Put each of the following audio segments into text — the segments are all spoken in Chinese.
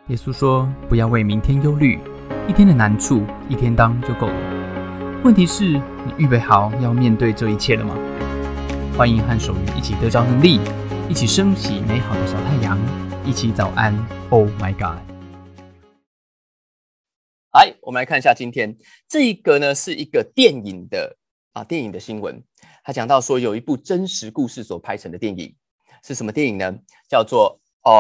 耶稣说：“不要为明天忧虑，一天的难处一天当就够了。问题是，你预备好要面对这一切了吗？”欢迎和守愚一起得着能力，一起升起美好的小太阳，一起早安 ！Oh my God！ 来，我们来看一下今天这个呢，是一个电影的新闻。他讲到说，有一部真实故事所拍成的电影是什么电影呢？叫做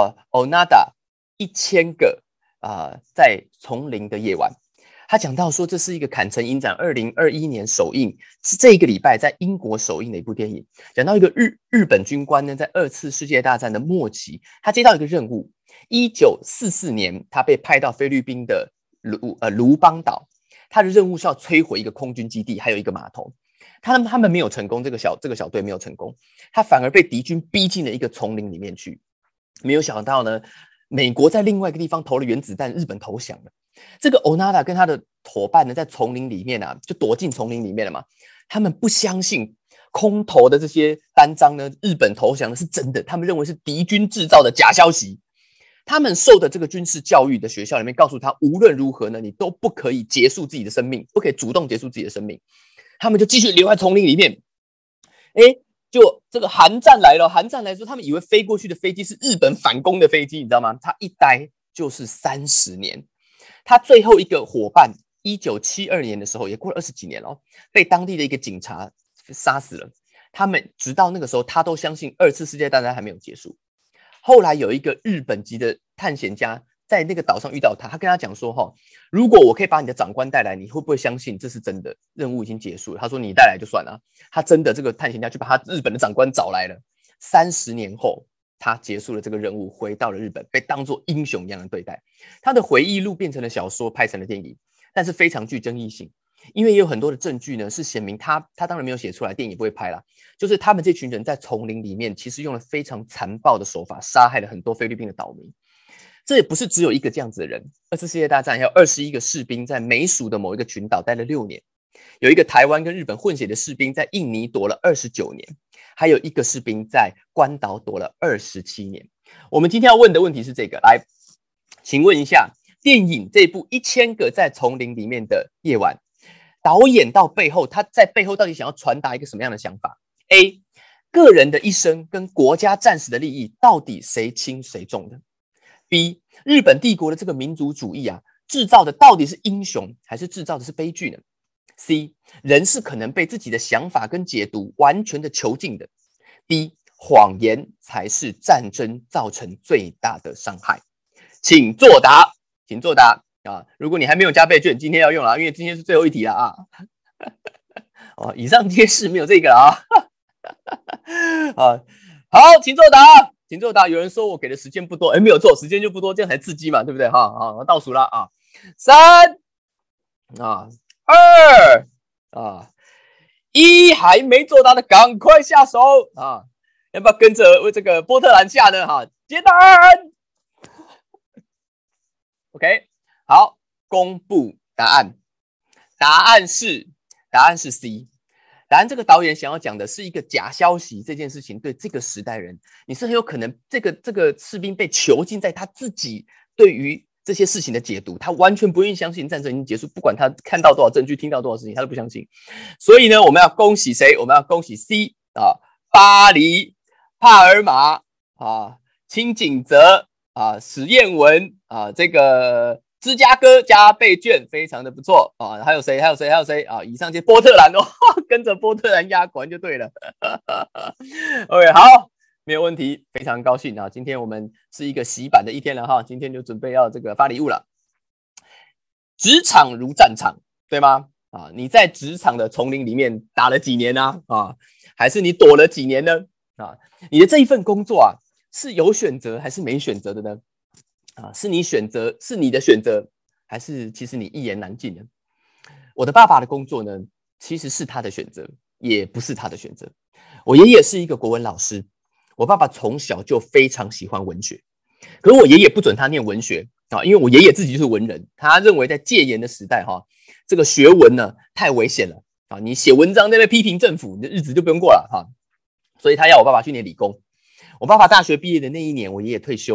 Onada 1000个在丛林的夜晚。他讲到说，这是一个坎城影展2021年首映，是这一个礼拜在英国首映的一部电影。讲到一个日本军官呢，在2次世界大战的末期，他接到一个任务。1944年，他被派到菲律宾的卢邦岛，他的任务是要摧毁一个空军基地，还有一个码头。他们没有成功，这个小队没有成功，他反而被敌军逼进了一个丛林里面去。没有想到呢，美国在另外一个地方投了原子弹，日本投降了。这个 Onada 跟他的伙伴呢，在丛林里面就躲进丛林里面了嘛。他们不相信空投的这些单张呢，日本投降的是真的，他们认为是敌军制造的假消息。他们受的这个军事教育的学校里面告诉他，无论如何呢，你都不可以结束自己的生命，不可以主动结束自己的生命。他们就继续留在丛林里面。就这个韩战来了，韩战来说，他们以为飞过去的飞机是日本反攻的飞机，你知道吗？他一待就是30年。他最后一个伙伴1972年的时候，也过了20几年了，被当地的一个警察杀死了。他们直到那个时候，他都相信2次世界大战还没有结束。后来有一个日本籍的探险家在那个岛上遇到他，他跟他讲说，如果我可以把你的长官带来，你会不会相信这是真的？任务已经结束了。他说你带来就算了。他真的这个探险家就把他日本的长官找来了。30年后，他结束了这个任务，回到了日本，被当作英雄一样的对待。他的回忆录变成了小说，拍成了电影，但是非常具争议性，因为也有很多的证据呢，是显明他当然没有写出来，电影也不会拍啦。就是他们这群人在丛林里面，其实用了非常残暴的手法，杀害了很多菲律宾的岛民。这也不是只有一个这样子的人。2次世界大战还有21个士兵在美属的某一个群岛待了6年，有一个台湾跟日本混血的士兵在印尼躲了29年，还有一个士兵在关岛躲了27年。我们今天要问的问题是这个，来，请问一下，电影这部1000个在丛林里面的夜晚，导演到背后，他在背后到底想要传达一个什么样的想法？ A. 个人的一生跟国家战士的利益到底谁轻谁重的？ B. 日本帝国的这个民族主义制造的到底是英雄还是制造的是悲剧呢？ C. 人是可能被自己的想法跟解读完全的囚禁的。 D. 谎言才是战争造成最大的伤害。请作答，请作答如果你还没有加倍券，今天要用了，因为今天是最后一题了以上皆是，没有这个了好，请作答，请作答。有人说我给的时间不多，没有错，时间就不多，这样才刺激嘛，对不对？好，倒数了3 2 1，还没作答的赶快下手要不要跟着这个波特兰下呢？接答案。OK， 好，公布答案。答案是 C。答案这个导演想要讲的是一个假消息这件事情对这个时代人，你是很有可能这个士兵被囚禁在他自己对于这些事情的解读，他完全不愿意相信战争已经结束，不管他看到多少证据，听到多少事情，他都不相信。所以呢，我们要恭喜谁？我们要恭喜 C 巴黎、帕尔马清景泽史彦文这个芝加哥加倍券非常的不错还有谁以上些波特兰跟着波特兰压管就对了OK， 好，没有问题，非常高兴今天我们是一个洗版的一天了今天就准备要这个发礼物了。职场如战场，对吗你在职场的丛林里面打了几年还是你躲了几年呢你的这一份工作是有选择还是没选择的呢是你的选择，还是其实你一言难尽呢？我的爸爸的工作呢，其实是他的选择，也不是他的选择。我爷爷是一个国文老师，我爸爸从小就非常喜欢文学，可是我爷爷不准他念文学因为我爷爷自己就是文人，他认为在戒严的时代这个学文呢太危险了你写文章在那边批评政府，你的日子就不用过了所以他要我爸爸去念理工。我爸爸大学毕业的那一年，我爷爷退休了。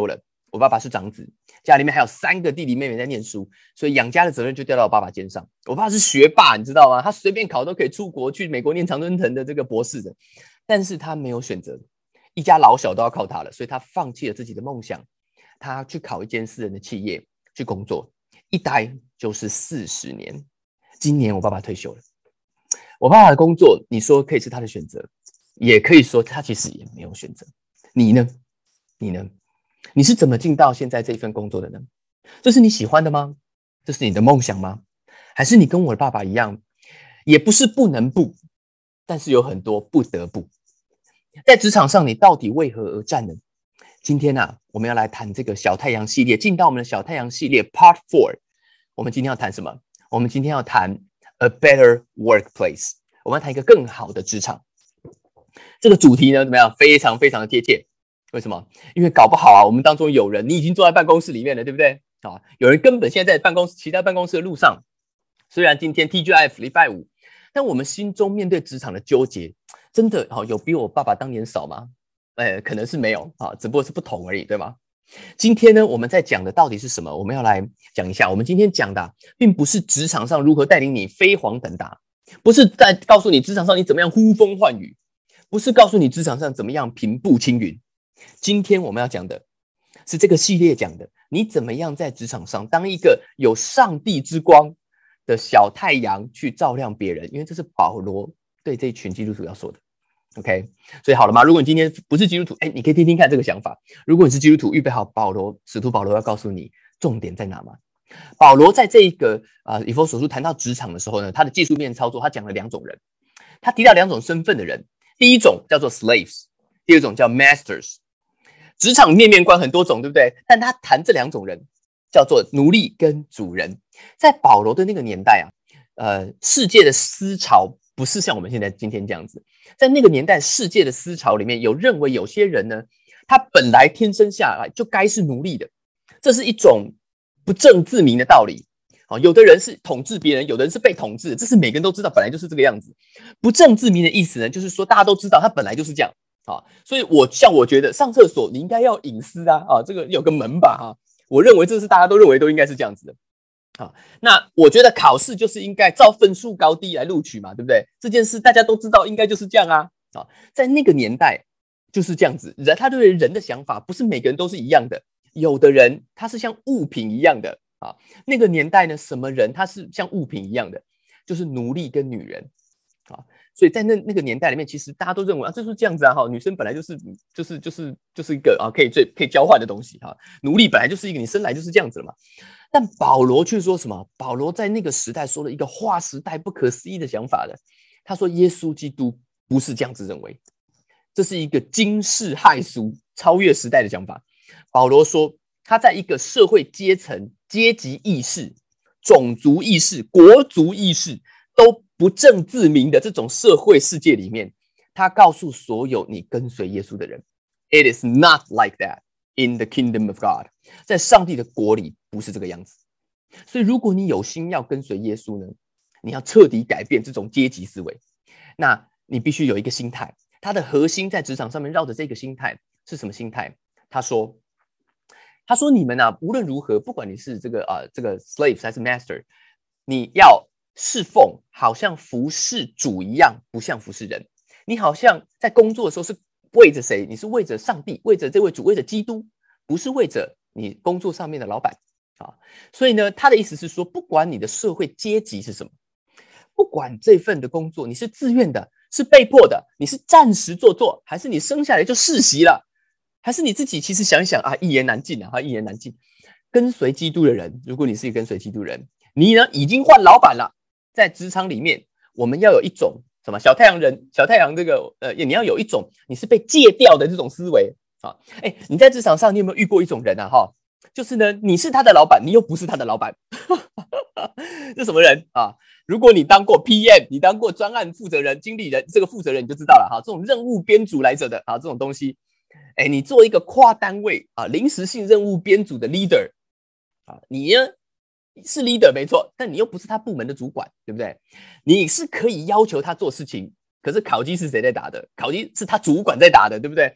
我爸爸是长子，家里面还有3个弟弟妹妹在念书，所以养家的责任就掉到我爸爸肩上。我爸是学霸，你知道吗？他随便考都可以出国去美国念常春藤的这个博士的，但是他没有选择，一家老小都要靠他了，所以他放弃了自己的梦想，他去考一间私人的企业去工作，一待就是40年。今年我爸爸退休了，我爸爸的工作，你说可以是他的选择，也可以说他其实也没有选择。你呢？你呢？你是怎么进到现在这份工作的呢？这是你喜欢的吗？这是你的梦想吗？还是你跟我的爸爸一样，也不是不能不，但是有很多不得不。在职场上，你到底为何而战呢？今天啊，我们要来谈这个小太阳系列，进到我们的小太阳系列 Part 4。我们今天要谈什么？我们今天要谈 A Better Workplace。我们要谈一个更好的职场。这个主题呢，怎么样？非常非常的贴切。为什么？因为搞不好啊，我们当中有人你已经坐在办公室里面了，对不对？啊，有人根本现在在办公室，骑在办公室的路上。虽然今天 TGIF 礼拜5，但我们心中面对职场的纠结，真的有比我爸爸当年少吗？可能是没有啊，只不过是不同而已，对吗？今天呢，我们在讲的到底是什么？我们要来讲一下，我们今天讲的并不是职场上如何带领你飞黄腾达，不是在告诉你职场上你怎么样呼风唤雨，不是告诉你职场上怎么样平步青云。今天我们要讲的是这个系列讲的，你怎么样在职场上当一个有上帝之光的小太阳去照亮别人，因为这是保罗对这一群基督徒要说的。OK， 所以好了吗？如果你今天不是基督徒，你可以听听看这个想法。如果你是基督徒，预备好使徒保罗要告诉你重点在哪吗？保罗在这一个以弗所书谈到职场的时候呢，他的技术面操作，他讲了2种人，他提到2种身份的人。第一种叫做 slaves， 第二种叫 masters。职场面面观很多种，对不对？但他谈这2种人叫做奴隶跟主人。在保罗的那个年代世界的思潮不是像我们现在今天这样子。在那个年代，世界的思潮里面有认为有些人呢，他本来天生下来就该是奴隶的，这是一种不正自明的道理。有的人是统治别人，有的人是被统治的，这是每个人都知道，本来就是这个样子。不正自明的意思呢，就是说大家都知道他本来就是这样。所以我觉得上厕所你应该要隐私这个有个门吧我认为这是大家都认为都应该是这样子的。那我觉得考试就是应该照分数高低来录取嘛，对不对？这件事大家都知道应该就是这样在那个年代就是这样子，他对人的想法不是每个人都是一样的，有的人他是像物品一样的那个年代呢，什么人他是像物品一样的，就是奴隶跟女人所以在那个年代里面，其实大家都认为这是这样子女生本来就是一个可以交换的东西奴隶本来就是一个你生来就是这样子的嘛。但保罗却说什么？保罗在那个时代说了一个划时代不可思议的想法的。他说耶稣基督不是这样子认为，这是一个惊世骇俗、超越时代的想法。保罗说他在一个社会阶层、阶级意识、种族意识、国族意识都不正自明的这种社会世界里面，他告诉所有你跟随耶稣的人 ，It is not like that in the kingdom of God。在上帝的国里不是这个样子。所以如果你有心要跟随耶稣呢，你要彻底改变这种阶级思维，那你必须有一个心态，它的核心在职场上面绕着这个心态是什么心态？他说你们无论如何，不管你是这个 slaves 还是 master， 你要侍奉好像服侍主一样，不像服侍人。你好像在工作的时候是为着谁？你是为着上帝，为着这位主，为着基督，不是为着你工作上面的老板所以呢，他的意思是说，不管你的社会阶级是什么，不管这份的工作你是自愿的，是被迫的，你是暂时做，还是你生下来就世袭了，还是你自己其实想一想一言难尽一言难尽。跟随基督的人，如果你是一个跟随基督人，你呢已经换老板了。在职场里面，我们要有一种什么小太阳这个你要有一种你是被戒掉的这种思维你在职场上你有没有遇过一种人就是呢，你是他的老板，你又不是他的老板这什么人如果你当过 PM， 你当过专案负责人、经理人，这个负责人你就知道了这种任务编组来着的这种东西你做一个跨单位临时性任务编组的 leader你呢是 leader 没错，但你又不是他部门的主管，对不对？你是可以要求他做事情，可是考绩是谁在打的？考绩是他主管在打的，对不对？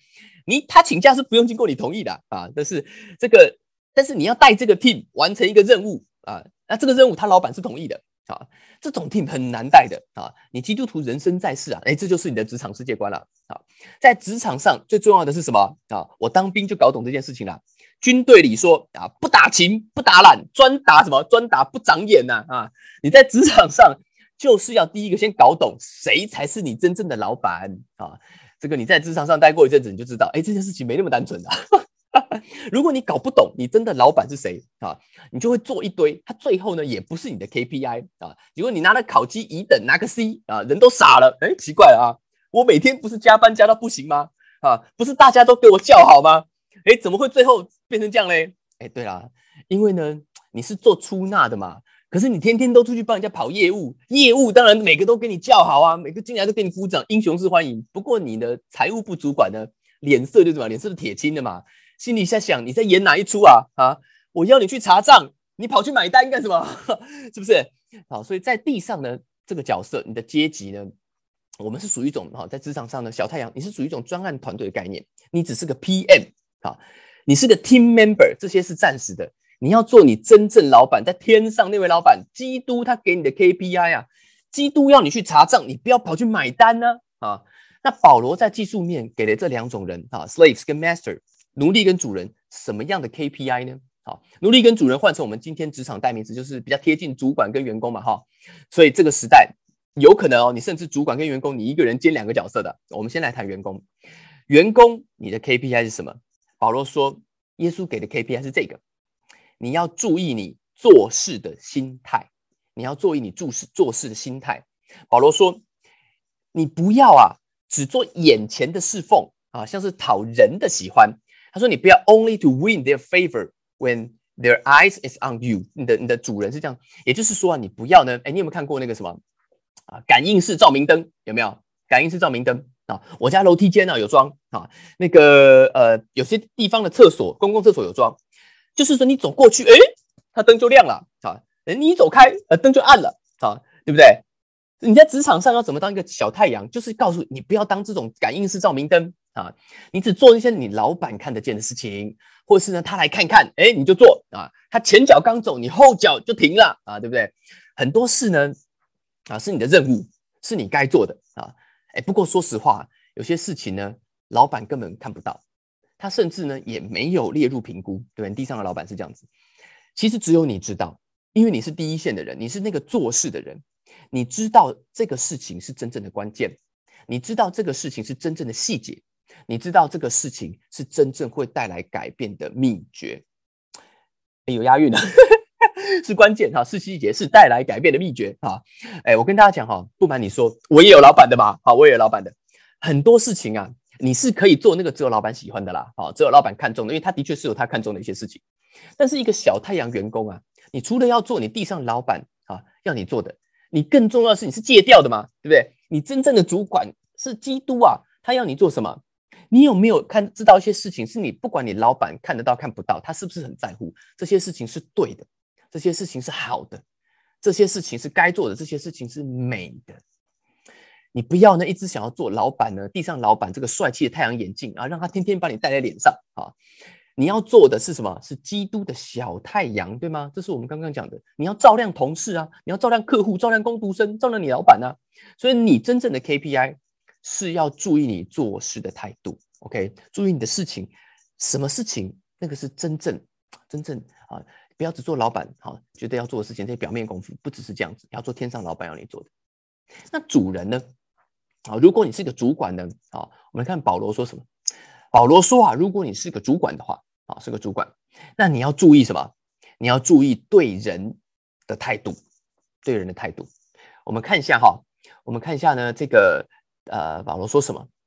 他请假是不用经过你同意的啊。但是你要带这个 team 完成一个任务啊，那这个任务他老板是同意的啊。这种 team 很难带的啊。你基督徒人生在世啊，这就是你的职场世界观了啊。在职场上最重要的是什么啊？我当兵就搞懂这件事情了。军队里说啊，不打勤不打懒，专打什么？专打不长眼呐啊！你在职场上就是要第一个先搞懂谁才是你真正的老板啊。这个你在职场上待过一阵子，你就知道，这件事情没那么单纯啊。如果你搞不懂你真的老板是谁啊，你就会做一堆，他最后呢也不是你的 KPI 啊。结果你拿了考绩乙等拿个 C 啊，人都傻了。奇怪了啊，我每天不是加班加到不行吗？啊，不是大家都给我叫好吗？怎么会最后变成这样嘞？对啦，因为呢你是做出纳的嘛，可是你天天都出去帮人家跑业务，业务当然每个都给你叫好啊，每个进来都给你鼓掌，英雄式欢迎。不过你的财务部主管呢，脸色就是什么？脸色是铁青的嘛。心里在想，你在演哪一出啊？我要你去查账，你跑去买单干什么？是不是？好，所以在地上呢，这个角色，你的阶级呢，我们是属于一种在职场上的小太阳，你是属于一种专案团队的概念，你只是个 PM 你是个 team member， 这些是暂时的。你要做你真正老板，在天上那位老板，基督他给你的 KPI 啊，基督要你去查账，你不要跑去买单呢那保罗在技术面给了这两种人slaves 跟 master。奴隶跟主人什么样的 KPI 呢？奴隶跟主人换成我们今天职场代名词，就是比较贴近主管跟员工嘛所以这个时代有可能你甚至主管跟员工你一个人兼两个角色的。我们先来谈员工。员工你的 KPI 是什么？保罗说耶稣给的 KPI 是这个，你要注意你做事的心态，你要注意你做事的心态。保罗说你不要只做眼前的侍奉像是讨人的喜欢。他说你不要 only to win their favor when their eyes is on you。 你的主人是这样，也就是说你不要呢，你有没有看过那个什么感应式照明灯？有没有感应式照明灯我家楼梯间有装那个有些地方的厕所，公共厕所有装，就是说你走过去它灯就亮了你一走开灯就暗了对不对？你在职场上要怎么当一个小太阳？就是告诉你不要当这种感应式照明灯你只做一些你老板看得见的事情，或者是呢他来看看你就做他前脚刚走你后脚就停了对不对？很多事呢是你的任务，是你该做的不过说实话，有些事情呢老板根本看不到，他甚至呢也没有列入评估，对不对？地上的老板是这样子，其实只有你知道，因为你是第一线的人，你是那个做事的人，你知道这个事情是真正的关键，你知道这个事情是真正的细节，你知道这个事情是真正会带来改变的秘诀。有押韵是关键是细节，是带来改变的秘诀我跟大家讲不瞒你说，我也有老板的嘛我也有老板的。很多事情你是可以做那个只有老板喜欢的啦只有老板看中的，因为他的确是有他看中的一些事情。但是一个小太阳员工你除了要做你地上老板要你做的，你更重要的是你是借调的嘛，对不对？你真正的主管是基督他要你做什么？你有没有知道一些事情是你不管你老板看得到看不到，他是不是很在乎这些事情是对的，这些事情是好的，这些事情是该做的，这些事情是美的。你不要呢一直想要做老板呢，地上老板这个帅气的太阳眼镜让他天天把你戴在脸上你要做的是什么？是基督的小太阳，对吗？这是我们刚刚讲的，你要照亮同事你要照亮客户，照亮工读生，照亮你老板所以你真正的 KPI 是要注意你做事的态度 ，OK？ 注意你的事情，什么事情那个是真正不要只做老板觉得要做的事情，这些表面功夫不只是这样子，要做天上老板要你做的。那主人呢？如果你是个主管呢？我们看保罗说什么？保罗说如果你是个主管的话是个主管，那你要注意什么？你要注意对人的态度，对人的态度。我们看一下我们看一下呢，这个保罗说什么？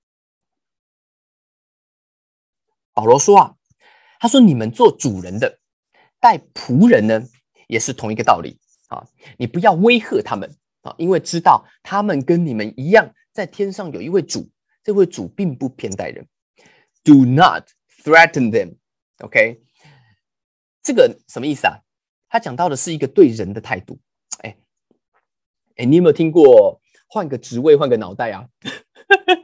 保罗说他说你们做主人的带仆人呢，也是同一个道理你不要威吓他们因为知道他们跟你们一样，在天上有一位主，这位主并不偏待人。Do not threaten them， OK？ 这个什么意思他讲到的是一个对人的态度。你有没有听过换个职位换个脑袋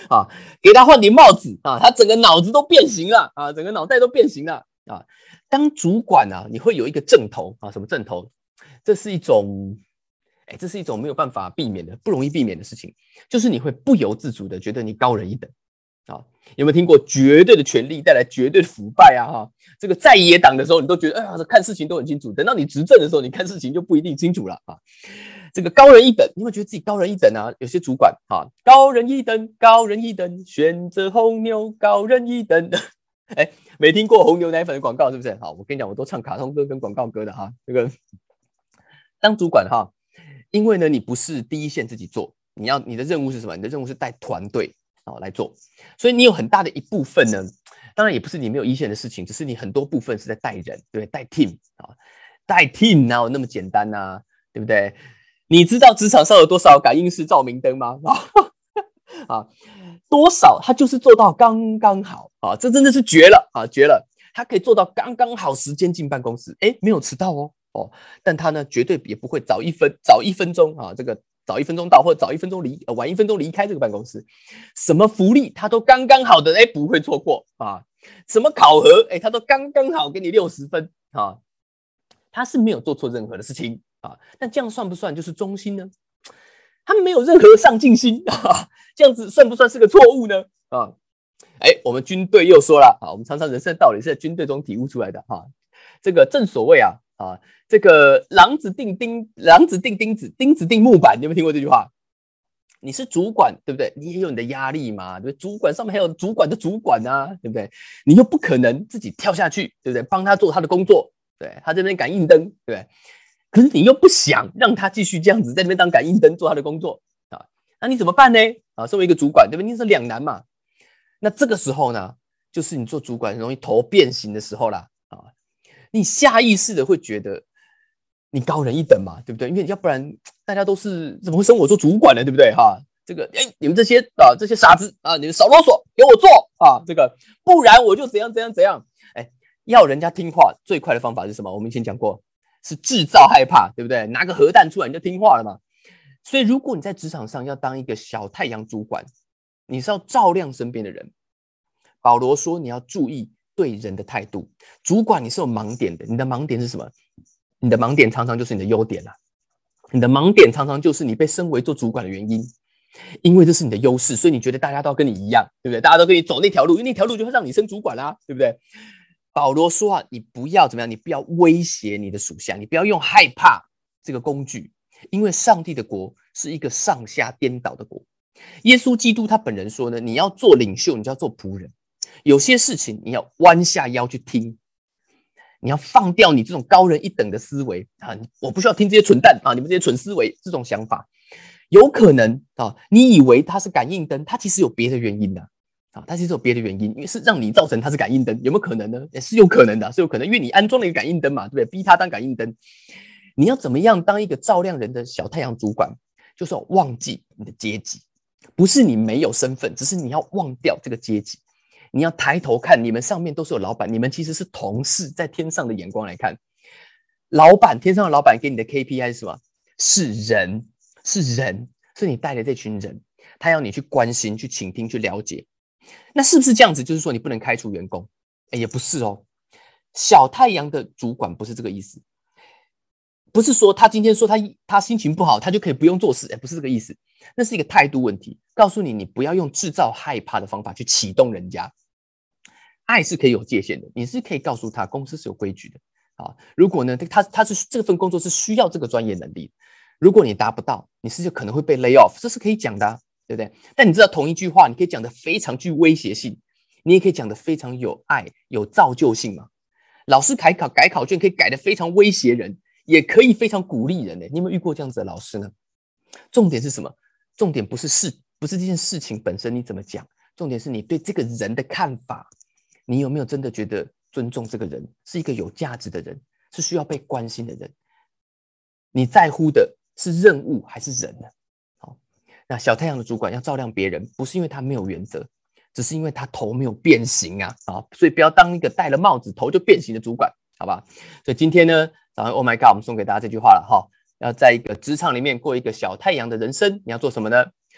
啊，给他换顶帽子啊，他整个脑子都变形了啊，整个脑袋都变形了啊。当主管啊，你会有一个症头啊，什么症头？这是一种没有办法避免的、不容易避免的事情，就是你会不由自主的觉得你高人一等啊。有没有听过绝对的权力带来绝对的腐败啊？哈，这个在野党的时候，你都觉得看事情都很清楚，等到你执政的时候，你看事情就不一定清楚了啊。这个高人一等，你会觉得自己高人一等啊？有些主管啊，高人一等，高人一等，选择红牛，高人一等。哎，没听过红牛奶粉的广告是不是？好，我跟你讲，我都唱卡通歌跟广告歌的哈。这个当主管哈，因为呢，你不是第一线自己做，你的任务是什么？你的任务是带团队来做，所以你有很大的一部分呢，当然也不是你没有一线的事情，只是你很多部分是在带人，对不对？带 team 啊，带 team 哪有那么简单啊？对不对？你知道职场上有多少感应式照明灯吗？啊，多少他就是做到刚刚好啊，这真的是绝了啊，绝了！他可以做到刚刚好时间进办公室，没有迟到哦，但他呢绝对也不会早一分钟啊，这个早1分钟到或者晚1分钟离开这个办公室，什么福利他都刚刚好的，不会错过啊，什么考核他都刚刚好给你60分啊，他是没有做错任何的事情啊，但这样算不算就是忠心呢？他没有任何上进心啊，这样子算不算是个错误呢？啊，我们军队又说了啊，我们常常人生的道理是在军队中体悟出来的哈。这个正所谓啊，这个榔子钉钉子，钉子钉木板，你有没有听过这句话？你是主管，对不对？你也有你的压力嘛，对不对？主管上面还有主管的主管啊，对不对？你又不可能自己跳下去，对不对？帮他做他的工作，对，他这边感应灯，对不对？可是你又不想让他继续这样子在那边当感应灯做他的工作啊，那你怎么办呢？啊，身为一个主管，对不对？你是两难嘛。那这个时候呢，就是你做主管很容易头变形的时候啦啊，你下意识的会觉得你高人一等嘛，对不对？因为要不然大家都是怎么会升我做主管呢？对不对？哈，这个你们这些傻子啊，你们少啰嗦，给我做啊，这个不然我就怎样。要人家听话最快的方法是什么？我们以前讲过。是制造害怕，对不对？拿个核弹出来你就听话了嘛。所以如果你在职场上要当一个小太阳主管，你是要照亮身边的人。保罗说你要注意对人的态度。主管你是有盲点的，你的盲点是什么？你的盲点常常就是你的优点啦。你的盲点常常就是你被升为做主管的原因，因为这是你的优势，所以你觉得大家都要跟你一样，对不对？大家都跟你走那条路，因为那条路就会让你升主管啦，对不对？保罗说啊，你不要怎么样，你不要威胁你的属下，你不要用害怕这个工具，因为上帝的国是一个上下颠倒的国。耶稣基督他本人说呢，你要做领袖，你就要做仆人。有些事情你要弯下腰去听，你要放掉你这种高人一等的思维啊！我不需要听这些蠢蛋啊，你们这些蠢思维这种想法，有可能啊，你以为他是感应灯，他其实有别的原因的。它其实有别的原因，因为是让你造成它是感应灯，有没有可能呢？也是有可能的，是有可能，因为你安装了一个感应灯嘛，对不对？逼他当感应灯，你要怎么样当一个照亮人的小太阳主管？就是要忘记你的阶级，不是你没有身份，只是你要忘掉这个阶级，你要抬头看，你们上面都是有老板，你们其实是同事，在天上的眼光来看，老板，天上的老板给你的 KPI 是什么？是人，是你带的这群人，他要你去关心、去倾听、去了解。那是不是这样子？就是说你不能开除员工？也不是哦。小太阳的主管不是这个意思，不是说他今天说他心情不好，他就可以不用做事，不是这个意思。那是一个态度问题。告诉你，你不要用制造害怕的方法去启动人家。爱是可以有界限的，你是可以告诉他，公司是有规矩的啊。如果呢，他是这份工作是需要这个专业能力，如果你达不到，你是就可能会被 lay off， 这是可以讲的啊。对不对？但你知道同一句话，你可以讲的非常具威胁性，你也可以讲的非常有爱、有造就性嘛。老师改考卷可以改的非常威胁人，也可以非常鼓励人呢。你有没有遇过这样子的老师呢？重点是什么？重点不是这件事情本身你怎么讲，重点是你对这个人的看法，你有没有真的觉得尊重这个人，是一个有价值的人，是需要被关心的人？你在乎的是任务还是人呢？那小太阳的主管要照亮别人，不是因为他没有原则，只是因为他头没有变形啊！所以不要当一个戴了帽子头就变形的主管，好吧？所以今天呢，早上 Oh my God， 我们送给大家这句话了哈，要在一个职场里面过一个小太阳的人生，你要做什么呢？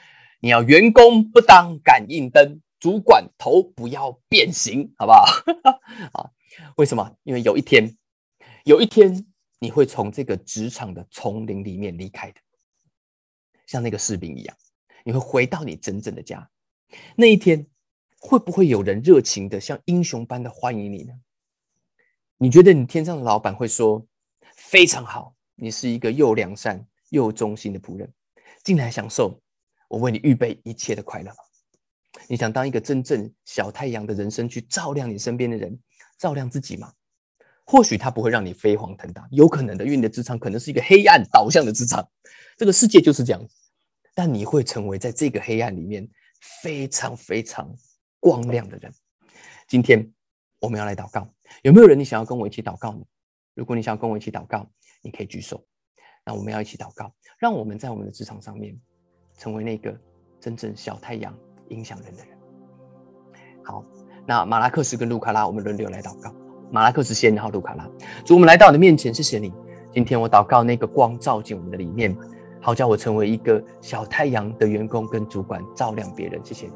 你要员工不当感应灯，主管头不要变形，好不好？啊，为什么？因为有一天你会从这个职场的丛林里面离开的，像那个士兵一样，你会回到你真正的家。那一天，会不会有人热情的像英雄般的欢迎你呢？你觉得你天上的老板会说非常好，你是一个又良善又忠心的仆人，进来享受我为你预备一切的快乐吗？你想当一个真正小太阳的人生，去照亮你身边的人，照亮自己吗？或许他不会让你飞黄腾达，有可能的，因为你的职场可能是一个黑暗导向的职场，这个世界就是这样子。但你会成为在这个黑暗里面非常非常光亮的人。今天我们要来祷告，有没有人你想要跟我一起祷告呢？如果你想要跟我一起祷告，你可以举手。那我们要一起祷告，让我们在我们的职场上面成为那个真正小太阳影响人的人。好，那马拉克斯跟路卡拉，我们轮流来祷告。马拉克斯先，然后路卡拉。主，我们来到你的面前，谢谢你。今天我祷告那个光照进我们的里面，好叫我成为一个小太阳的员工跟主管，照亮别人。谢谢你。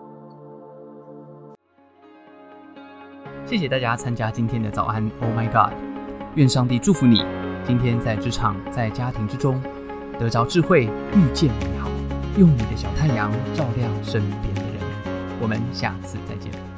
谢谢大家参加今天的早安 Oh My God， 愿上帝祝福你，今天在职场在家庭之中得着智慧，遇见美好，用你的小太阳照亮身边的人。我们下次再见。